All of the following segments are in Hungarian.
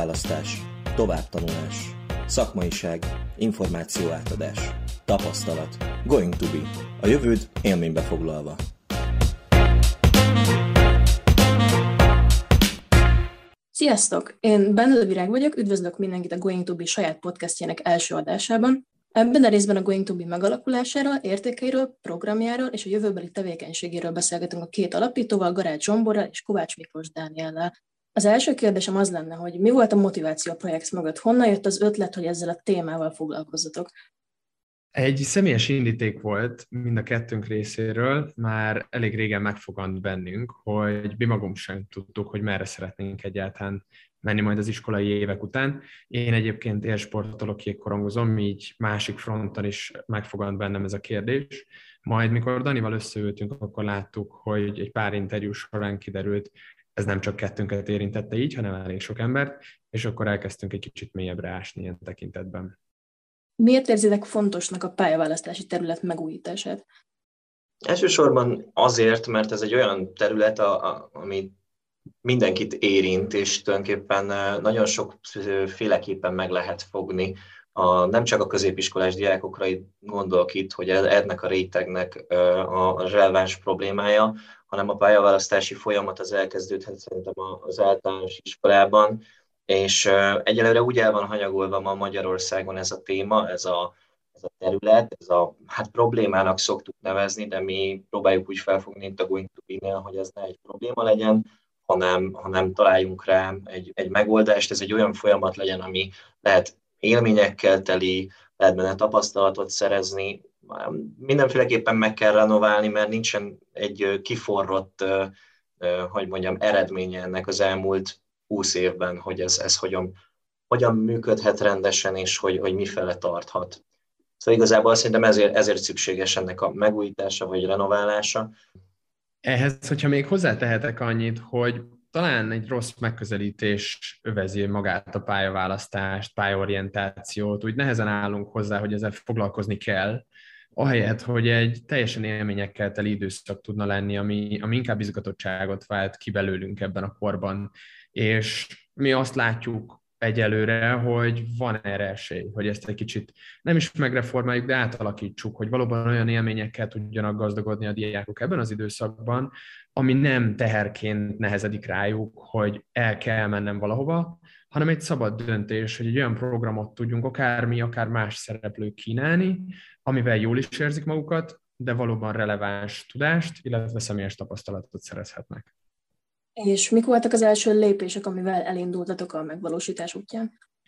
pályaválasztás, továbbtanulás, szakmaiság, információátadás, tapasztalat, going to be, a jövőd élménybe foglalva. Sziasztok! Én Bendel Virág vagyok, üdvözlök mindenkit a Going to be saját podcastjának első adásában. Ebben a részben a Going to be megalakulásáról, értékeiről, programjáról és a jövőbeli tevékenységéről beszélgetünk a két alapítóval, Garács Zsomborral és Kovács Miklós Dániellel. Az első kérdésem az lenne, hogy mi volt a motiváció a projekt mögött? Honnan jött az ötlet, hogy ezzel a témával foglalkozzatok? Egy személyes indíték volt mind a kettőnk részéről, már elég régen megfogant bennünk, hogy mi magunk sem tudtuk, hogy merre szeretnénk egyáltalán menni majd az iskolai évek után. Én egyébként élsportolok, jégkorongozom, így másik fronton is megfogant bennem ez a kérdés. Majd mikor Danival összeültünk, akkor láttuk, hogy egy pár interjú során kiderült, ez nem csak kettőnket érintette így, hanem elég sok embert, és akkor elkezdtünk egy kicsit mélyebbre ásni ilyen tekintetben. Miért érzitek fontosnak a pályaválasztási terület megújítását? Elsősorban azért, mert ez egy olyan terület, ami mindenkit érint, és tulajdonképpen nagyon sokféleképpen meg lehet fogni. Nem csak a középiskolás diákokra gondolok itt, hogy ennek a rétegnek a releváns problémája, hanem a pályaválasztási folyamat az elkezdődhet szerintem az általános iskolában, és egyelőre úgy el van hanyagolva ma Magyarországon ez a téma, ez a terület, problémának szoktuk nevezni, de mi próbáljuk úgy felfogni itt a Going to be-nél, hogy ez ne egy probléma legyen, hanem találjunk rá egy megoldást, ez egy olyan folyamat legyen, ami lehet élményekkel teli, lehet benne tapasztalatot szerezni, mindenféleképpen meg kell renoválni, mert nincsen egy kiforrott, eredménye ennek az elmúlt 20 évben, hogy ez hogyan működhet rendesen, és hogy mifele tarthat. Szóval igazából szerintem ezért szükséges ennek a megújítása vagy renoválása. Ehhez, hogyha még hozzátehetek annyit, hogy talán egy rossz megközelítés övezi magát a pályaválasztást, pályaorientációt, úgy nehezen állunk hozzá, hogy ezzel foglalkozni kell, ahelyett, hogy egy teljesen élményekkel teli időszak tudna lenni, ami inkább izgatottságot vált ki belőlünk ebben a korban. És mi azt látjuk egyelőre, hogy van erre esély, hogy ezt egy kicsit nem is megreformáljuk, de átalakítsuk, hogy valóban olyan élményekkel tudjanak gazdagodni a diákok ebben az időszakban, ami nem teherként nehezedik rájuk, hogy el kell mennem valahova, hanem egy szabad döntés, hogy egy olyan programot tudjunk akár mi, akár más szereplők kínálni, amivel jól is érzik magukat, de valóban releváns tudást, illetve személyes tapasztalatot szerezhetnek. És mik voltak az első lépések, amivel elindultatok a megvalósítás útján?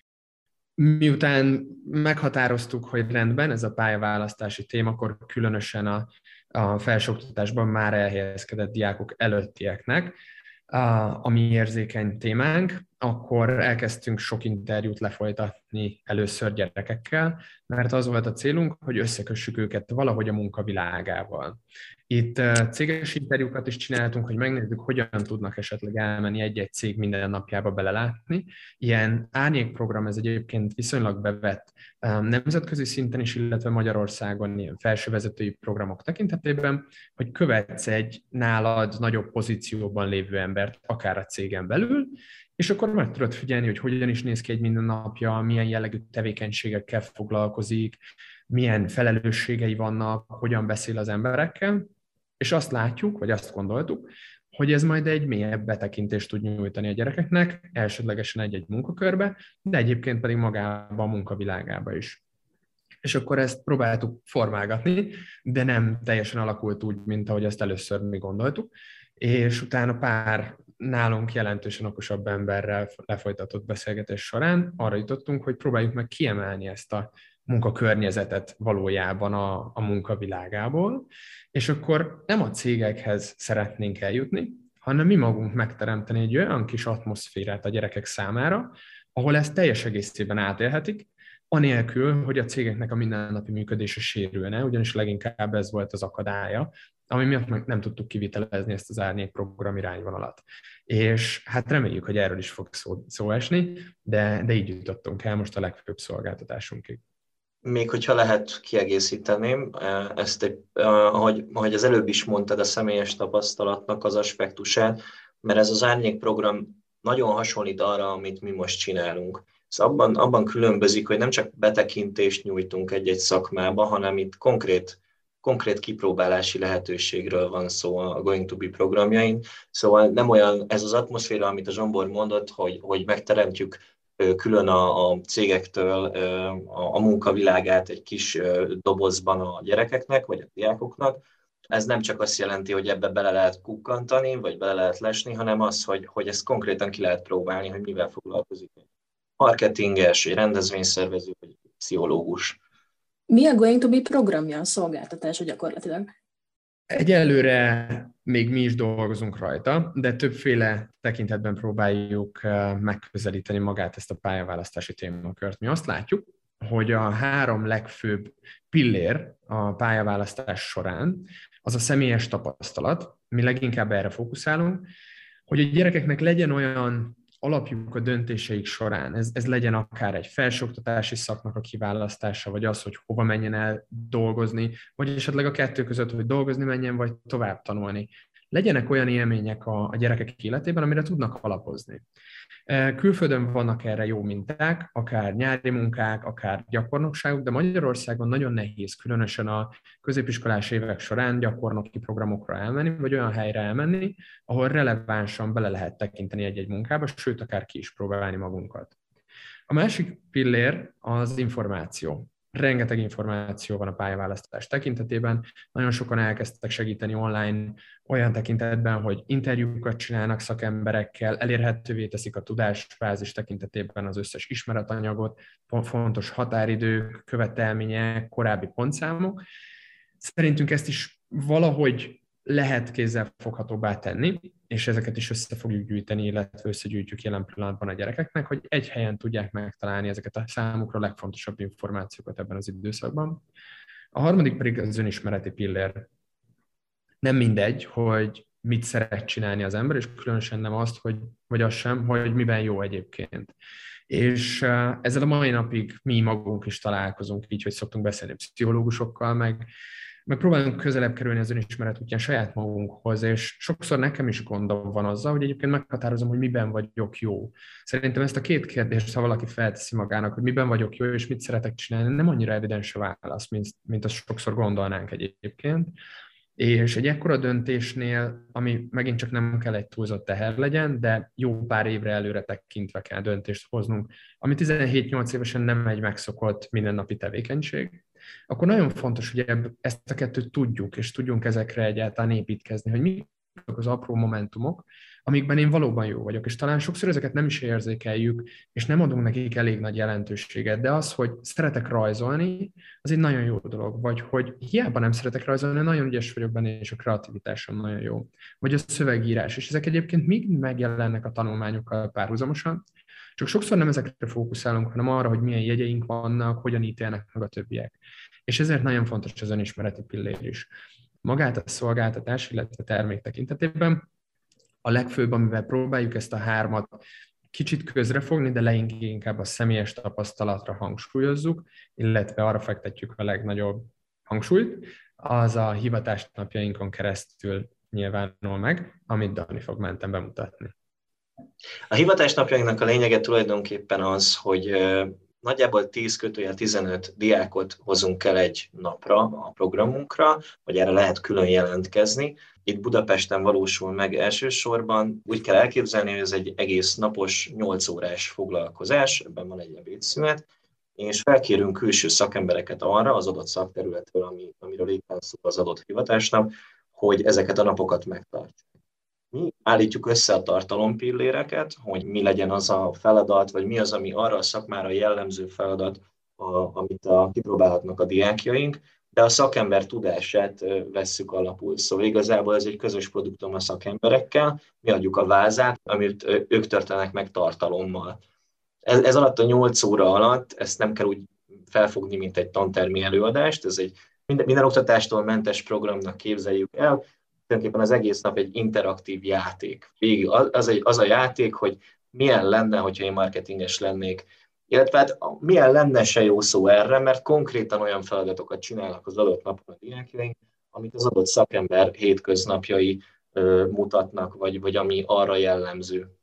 Miután meghatároztuk, hogy rendben, ez a pályaválasztási téma, akkor különösen a felsőoktatásban már elhelyezkedett diákok előttieknek, ami érzékeny témánk, akkor elkezdtünk sok interjút lefolytatni először gyerekekkel, mert az volt a célunk, hogy összekössük őket valahogy a munkavilágával. Itt céges interjúkat is csináltunk, hogy megnézzük, hogyan tudnak esetleg elmenni egy-egy cég minden napjába belelátni. Ilyen árnyékprogram, ez egyébként viszonylag bevett nemzetközi szinten is, illetve Magyarországon ilyen felsővezetői programok tekintetében, hogy követsz egy nálad nagyobb pozícióban lévő embert, akár a cégen belül, és akkor meg tudod figyelni, hogy hogyan is néz ki egy mindennapja, milyen jellegű tevékenységekkel foglalkozik, milyen felelősségei vannak, hogyan beszél az emberekkel, és azt látjuk, vagy azt gondoltuk, hogy ez majd egy mélyebb betekintést tud nyújtani a gyerekeknek, elsődlegesen egy-egy munkakörbe, de egyébként pedig magába a munkavilágába is. És akkor ezt próbáltuk formálgatni, de nem teljesen alakult úgy, mint ahogy ezt először mi gondoltuk, és utána pár nálunk jelentősen okosabb emberrel lefolytatott beszélgetés során arra jutottunk, hogy próbáljuk meg kiemelni ezt a munkakörnyezetet valójában a munkavilágából, és akkor nem a cégekhez szeretnénk eljutni, hanem mi magunk megteremteni egy olyan kis atmoszférát a gyerekek számára, ahol ezt teljes egészében átélhetik, anélkül, hogy a cégeknek a mindennapi működése sérülne, ugyanis leginkább ez volt az akadálya, ami miatt nem tudtuk kivitelezni ezt az árnyékprogram irányvonalat. És hát reméljük, hogy erről is fog szó esni, de így jutottunk el most a legfőbb szolgáltatásunkig. Még hogyha lehet kiegészíteném, ezt, ahogy az előbb is mondtad, a személyes tapasztalatnak az aspektusát, mert ez az árnyékprogram nagyon hasonlít arra, amit mi most csinálunk. Szóval abban különbözik, hogy nem csak betekintést nyújtunk egy-egy szakmába, hanem itt konkrét kipróbálási lehetőségről van szó a Going to Be programjain. Szóval nem olyan ez az atmoszféra, amit a Zsombor mondott, hogy megteremtjük külön a cégektől a munkavilágát egy kis dobozban a gyerekeknek, vagy a diákoknak. Ez nem csak azt jelenti, hogy ebbe bele lehet kukkantani, vagy bele lehet lesni, hanem az, hogy ezt konkrétan ki lehet próbálni, hogy mivel foglalkozik egy marketinges, egy rendezvényszervező, vagy egy pszichológus. Mi a Going to Be programja, a szolgáltatása gyakorlatilag? Egyelőre még mi is dolgozunk rajta, de többféle tekintetben próbáljuk megközelíteni magát ezt a pályaválasztási témakört. Mi azt látjuk, hogy a 3 legfőbb pillér a pályaválasztás során az a személyes tapasztalat, mi leginkább erre fókuszálunk, hogy a gyerekeknek legyen olyan alapjuk a döntéseik során, ez legyen akár egy felsőoktatási szaknak a kiválasztása, vagy az, hogy hova menjen el dolgozni, vagy esetleg a kettő között, hogy dolgozni menjen, vagy tovább tanulni. Legyenek olyan élmények a gyerekek életében, amire tudnak alapozni. Külföldön vannak erre jó minták, akár nyári munkák, akár gyakornokságok, de Magyarországon nagyon nehéz, különösen a középiskolás évek során gyakornoki programokra elmenni, vagy olyan helyre elmenni, ahol relevánsan bele lehet tekinteni egy-egy munkába, sőt, akár ki is próbálni magunkat. A másik pillér az információ. Rengeteg információ van a pályaválasztás tekintetében. Nagyon sokan elkezdtek segíteni online olyan tekintetben, hogy interjúkat csinálnak szakemberekkel, elérhetővé teszik a tudásbázis tekintetében az összes ismeretanyagot, fontos határidők, követelmények, korábbi pontszámok. Szerintünk ezt is valahogy lehet kézzelfoghatóbbá tenni, és ezeket is össze fogjuk gyűjteni, illetve összegyűjtjük jelen pillanatban a gyerekeknek, hogy egy helyen tudják megtalálni ezeket a számukra legfontosabb információkat ebben az időszakban. A harmadik pedig az önismereti pillér. Nem mindegy, hogy mit szeret csinálni az ember, és különösen nem azt, vagy az sem, hogy miben jó egyébként. És ezzel a mai napig mi magunk is találkozunk, így, hogy szoktunk beszélni pszichológusokkal, meg próbálunk közelebb kerülni az önismeret útján saját magunkhoz, és sokszor nekem is gondom van azzal, hogy egyébként meghatározom, hogy miben vagyok jó. Szerintem ezt a 2 kérdést, ha valaki felteszi magának, hogy miben vagyok jó, és mit szeretek csinálni, nem annyira evidens a válasz, mint azt sokszor gondolnánk egyébként. És egy ekkora döntésnél, ami megint csak nem kell egy túlzott teher legyen, de jó pár évre előre tekintve kell döntést hoznunk, ami 17-8 évesen nem egy megszokott mindennapi tevékenység, akkor nagyon fontos, hogy ezt a 2-t tudjuk, és tudjunk ezekre egyáltalán építkezni, hogy mik az apró momentumok, amikben én valóban jó vagyok, és talán sokszor ezeket nem is érzékeljük, és nem adunk nekik elég nagy jelentőséget, de az, hogy szeretek rajzolni, az egy nagyon jó dolog, vagy hogy hiába nem szeretek rajzolni, nagyon ügyes vagyok benne, és a kreativitásom nagyon jó, vagy a szövegírás, és ezek egyébként még megjelennek a tanulmányokkal párhuzamosan, csak sokszor nem ezekre fókuszálunk, hanem arra, hogy milyen jegyeink vannak, hogyan ítélnek meg a többiek. És ezért nagyon fontos az önismereti pillér is. Magát a szolgáltatás, illetve termék tekintetében a legfőbb, amivel próbáljuk ezt a 3 kicsit közrefogni, de leginkább a személyes tapasztalatra hangsúlyozzuk, illetve arra fektetjük a legnagyobb hangsúlyt, az a hivatásnapjainkon keresztül nyilvánul meg, amit Dani fog mentem bemutatni. A hivatásnapjainknak a lényege tulajdonképpen az, hogy nagyjából 10-15 diákot hozunk el egy napra a programunkra, vagy erre lehet külön jelentkezni. Itt Budapesten valósul meg elsősorban. Úgy kell elképzelni, hogy ez egy egész napos, 8 órás foglalkozás, ebben van egy ebédszünet, és felkérünk külső szakembereket arra, az adott szakterületről, amiről éppen szól az adott hivatásnap, hogy ezeket a napokat megtartjuk. Mi állítjuk össze a tartalompilléreket, hogy mi legyen az a feladat, vagy mi az, ami arra a szakmára jellemző feladat, amit kipróbálhatnak a diákjaink, de a szakember tudását vesszük alapul. Szóval igazából ez egy közös produktum a szakemberekkel, mi adjuk a vázát, amit ők történnek meg tartalommal. Ez alatt a 8 óra alatt, ezt nem kell úgy felfogni, mint egy tantermi előadást, ez egy minden oktatástól mentes programnak képzeljük el, tulajdonképpen az egész nap egy interaktív játék. Végig az a játék, hogy milyen lenne, hogyha én marketinges lennék. Illetve hát milyen lenne se jó szó erre, mert konkrétan olyan feladatokat csinálnak az adott napon a diákjaink, amit az adott szakember hétköznapjai mutatnak, vagy ami arra jellemző.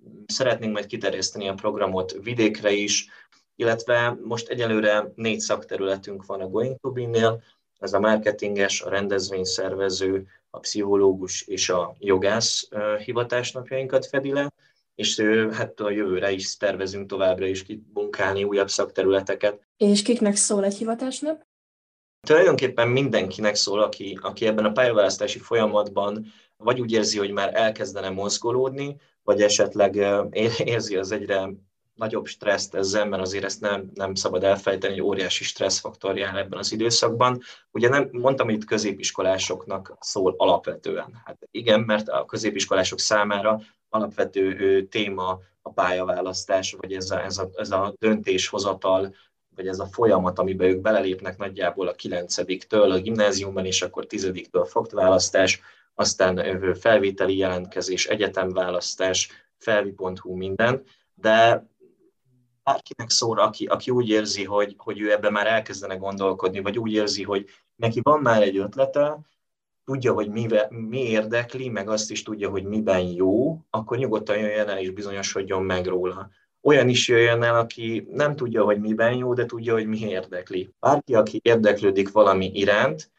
szeretnénk majd kiterjeszteni a programot vidékre is, illetve most egyelőre 4 szakterületünk van a Going to Be-nél, ez a marketinges, a rendezvényszervező, a pszichológus és a jogász hivatásnapjainkat fedi le, és hát a jövőre is tervezünk továbbra is kibunkálni újabb szakterületeket. És kiknek szól egy hivatásnap? Tulajdonképpen mindenkinek szól, aki ebben a pályaválasztási folyamatban vagy úgy érzi, hogy már elkezdene mozgolódni, vagy esetleg érzi az egyre nagyobb stresszt ezzel, mert azért ezt nem szabad elfelejteni, hogy óriási stresszfaktor jár ebben az időszakban. Ugye nem mondtam, hogy itt középiskolásoknak szól alapvetően. Hát igen, mert a középiskolások számára alapvető téma a pályaválasztás, vagy ez a döntéshozatal, vagy ez a folyamat, amiben ők belelépnek nagyjából a 9-től a gimnáziumban, és akkor 10-től fogtválasztás, aztán felvételi jelentkezés, egyetemválasztás, felvi.hu minden, de bárkinek szól, aki úgy érzi, hogy ő ebben már elkezdene gondolkodni, vagy úgy érzi, hogy neki van már egy ötlete, tudja, hogy mi érdekli, meg azt is tudja, hogy miben jó, akkor nyugodtan jöjjön el és bizonyosodjon meg róla. Olyan is jöjjön el, aki nem tudja, hogy miben jó, de tudja, hogy mi érdekli. Bárki, aki érdeklődik valami iránt,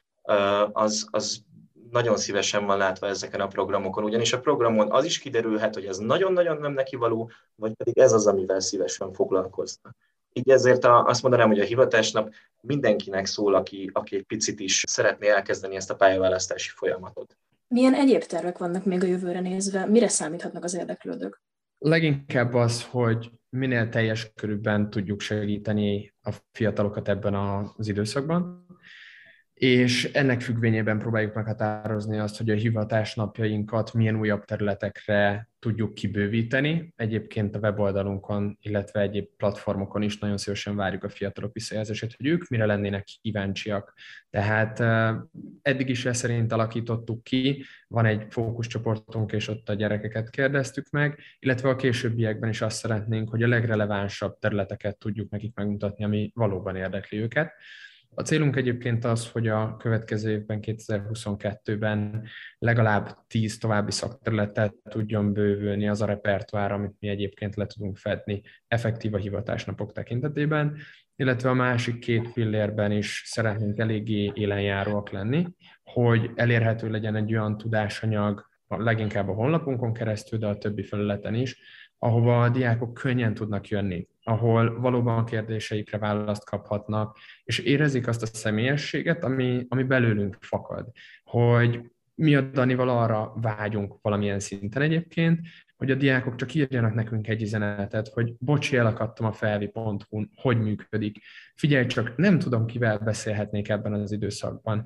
az nagyon szívesen van látva ezeken a programokon, ugyanis a programon az is kiderülhet, hogy ez nagyon-nagyon nem nekivaló, vagy pedig ez az, amivel szívesen foglalkozna. Így ezért azt mondanám, hogy a hivatásnap mindenkinek szól, aki egy picit is szeretné elkezdeni ezt a pályaválasztási folyamatot. Milyen egyéb tervek vannak még a jövőre nézve? Mire számíthatnak az érdeklődők? Leginkább az, hogy minél teljes körülben tudjuk segíteni a fiatalokat ebben az időszakban, és ennek függvényében próbáljuk meghatározni azt, hogy a hivatásnapjainkat milyen újabb területekre tudjuk kibővíteni. Egyébként a weboldalunkon, illetve egyéb platformokon is nagyon szívesen várjuk a fiatalok visszajelzését, hogy ők mire lennének kíváncsiak. Tehát eddig is ezt szerint alakítottuk ki, van egy fókuszcsoportunk, és ott a gyerekeket kérdeztük meg, illetve a későbbiekben is azt szeretnénk, hogy a legrelevánsabb területeket tudjuk nekik megmutatni, ami valóban érdekli őket. A célunk egyébként az, hogy a következő évben, 2022-ben legalább 10 további szakterületet tudjon bővülni az a repertoár, amit mi egyébként le tudunk fedni effektív a hivatásnapok tekintetében, illetve a másik 2 pillérben is szeretnénk eléggé élenjáróak lenni, hogy elérhető legyen egy olyan tudásanyag, leginkább a honlapunkon keresztül, de a többi felületen is, ahova a diákok könnyen tudnak jönni, ahol valóban a kérdéseikre választ kaphatnak, és érezik azt a személyességet, ami belőlünk fakad. Hogy mi a Danival arra vágyunk valamilyen szinten egyébként, hogy a diákok csak írjanak nekünk egy üzenetet, hogy bocsi, elakadtam a felvi.hu-n, hogy működik. Figyelj csak, nem tudom, kivel beszélhetnék ebben az időszakban.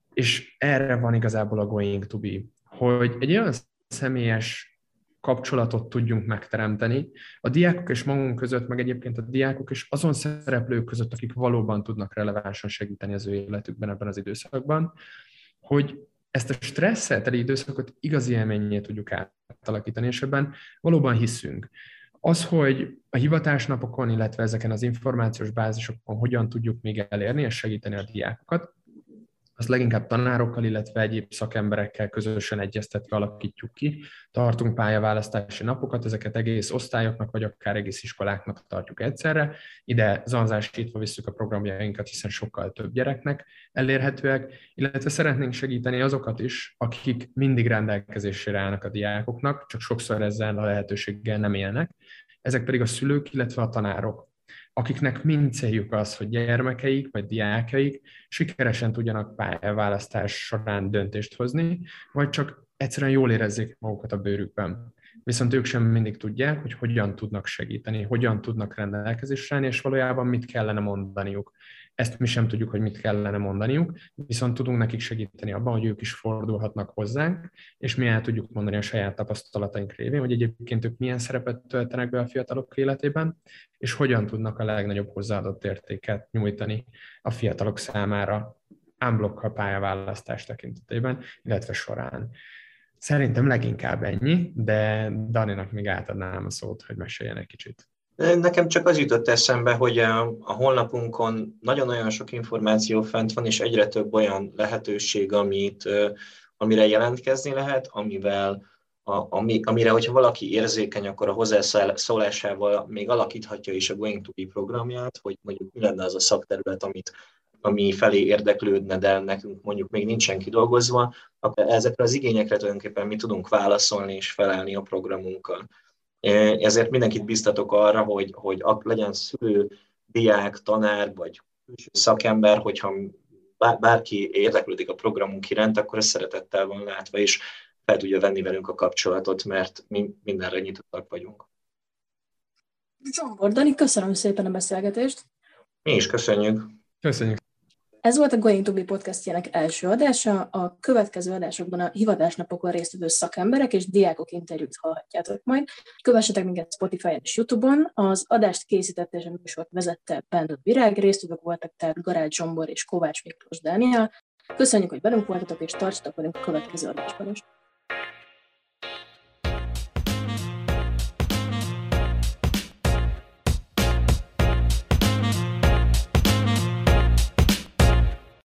És erre van igazából a Going to Be, hogy egy olyan személyes kapcsolatot tudjunk megteremteni a diákok és magunk között, meg egyébként a diákok és azon szereplők között, akik valóban tudnak relevánsan segíteni az ő életükben ebben az időszakban, hogy ezt a stresszel teli időszakot igazi élménnyé tudjuk átalakítani, és ebben valóban hiszünk. Az, hogy a hivatásnapokon, illetve ezeken az információs bázisokon hogyan tudjuk még elérni és segíteni a diákokat, azt leginkább tanárokkal, illetve egyéb szakemberekkel közösen egyeztetve alakítjuk ki. Tartunk pályaválasztási napokat, ezeket egész osztályoknak, vagy akár egész iskoláknak tartjuk egyszerre. Ide zanzásítva visszük a programjainkat, hiszen sokkal több gyereknek elérhetőek, illetve szeretnénk segíteni azokat is, akik mindig rendelkezésére állnak a diákoknak, csak sokszor ezzel a lehetőséggel nem élnek. Ezek pedig a szülők, illetve a tanárok, akiknek mind céljuk az, hogy gyermekeik vagy diákjaik sikeresen tudjanak pályaválasztás során döntést hozni, vagy csak egyszerűen jól érezzék magukat a bőrükben. Viszont ők sem mindig tudják, hogy hogyan tudnak segíteni, hogyan tudnak rendelkezésre állni, és valójában mit kellene mondaniuk. Ezt mi sem tudjuk, hogy mit kellene mondaniuk, viszont tudunk nekik segíteni abban, hogy ők is fordulhatnak hozzánk, és mi el tudjuk mondani a saját tapasztalataink révén, hogy egyébként ők milyen szerepet töltenek be a fiatalok életében, és hogyan tudnak a legnagyobb hozzáadott értéket nyújtani a fiatalok számára unblock pályaválasztás tekintetében, illetve során. Szerintem leginkább ennyi, de Daninak még átadnám a szót, hogy meséljen egy kicsit. Nekem csak az jutott eszembe, hogy a honlapunkon nagyon-nagyon sok információ fent van, és egyre több olyan lehetőség, amire jelentkezni lehet, amivel amire, hogyha valaki érzékeny, akkor a hozzászólásával még alakíthatja is a Going to Be programját, hogy mondjuk mi lenne az a szakterület, ami felé érdeklődne, de nekünk mondjuk még nincsen kidolgozva, akkor ezekre az igényekre tulajdonképpen mi tudunk válaszolni és felelni a programunkkal. Ezért mindenkit biztatok arra, hogy legyen szülő, diák, tanár vagy külső szakember, hogyha bárki érdeklődik a programunk iránt, akkor ez szeretettel van látva, és fel tudja venni velünk a kapcsolatot, mert mi mindenre nyitottak vagyunk. Zsombor Dani, köszönöm szépen a beszélgetést. Mi is köszönjük. Köszönjük. Ez volt a Going to Be podcastjának első adása. A következő adásokban a hivatásnapokon résztvevő szakemberek és diákok interjút hallhatjátok majd. Kövessetek minket Spotify-on és YouTube-on. Az adást készítette és a műsort vezette Bendel Virág, résztvevők voltak tehát Garács Zsombor és Kovács Miklós Dániel. Köszönjük, hogy velünk voltatok, és tartsatok velünk a következő adásban is.